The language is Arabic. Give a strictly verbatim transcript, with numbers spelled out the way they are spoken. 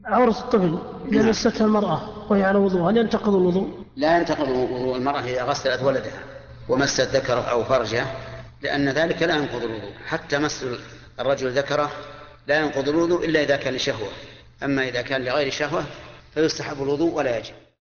عورة الطفل إذا مستها المرأة وهي على وضوء هل ينتقض الوضوء؟ لا ينتقض وضوء المرأة إذا غسلت ولدها ومست ذكره أو فرجه، لأن ذلك لا ينقض الوضوء. حتى مس الرجل ذكره لا ينقض الوضوء إلا إذا كان لشهوة، أما إذا كان لغير شهوة فيستحب الوضوء ولا يجب.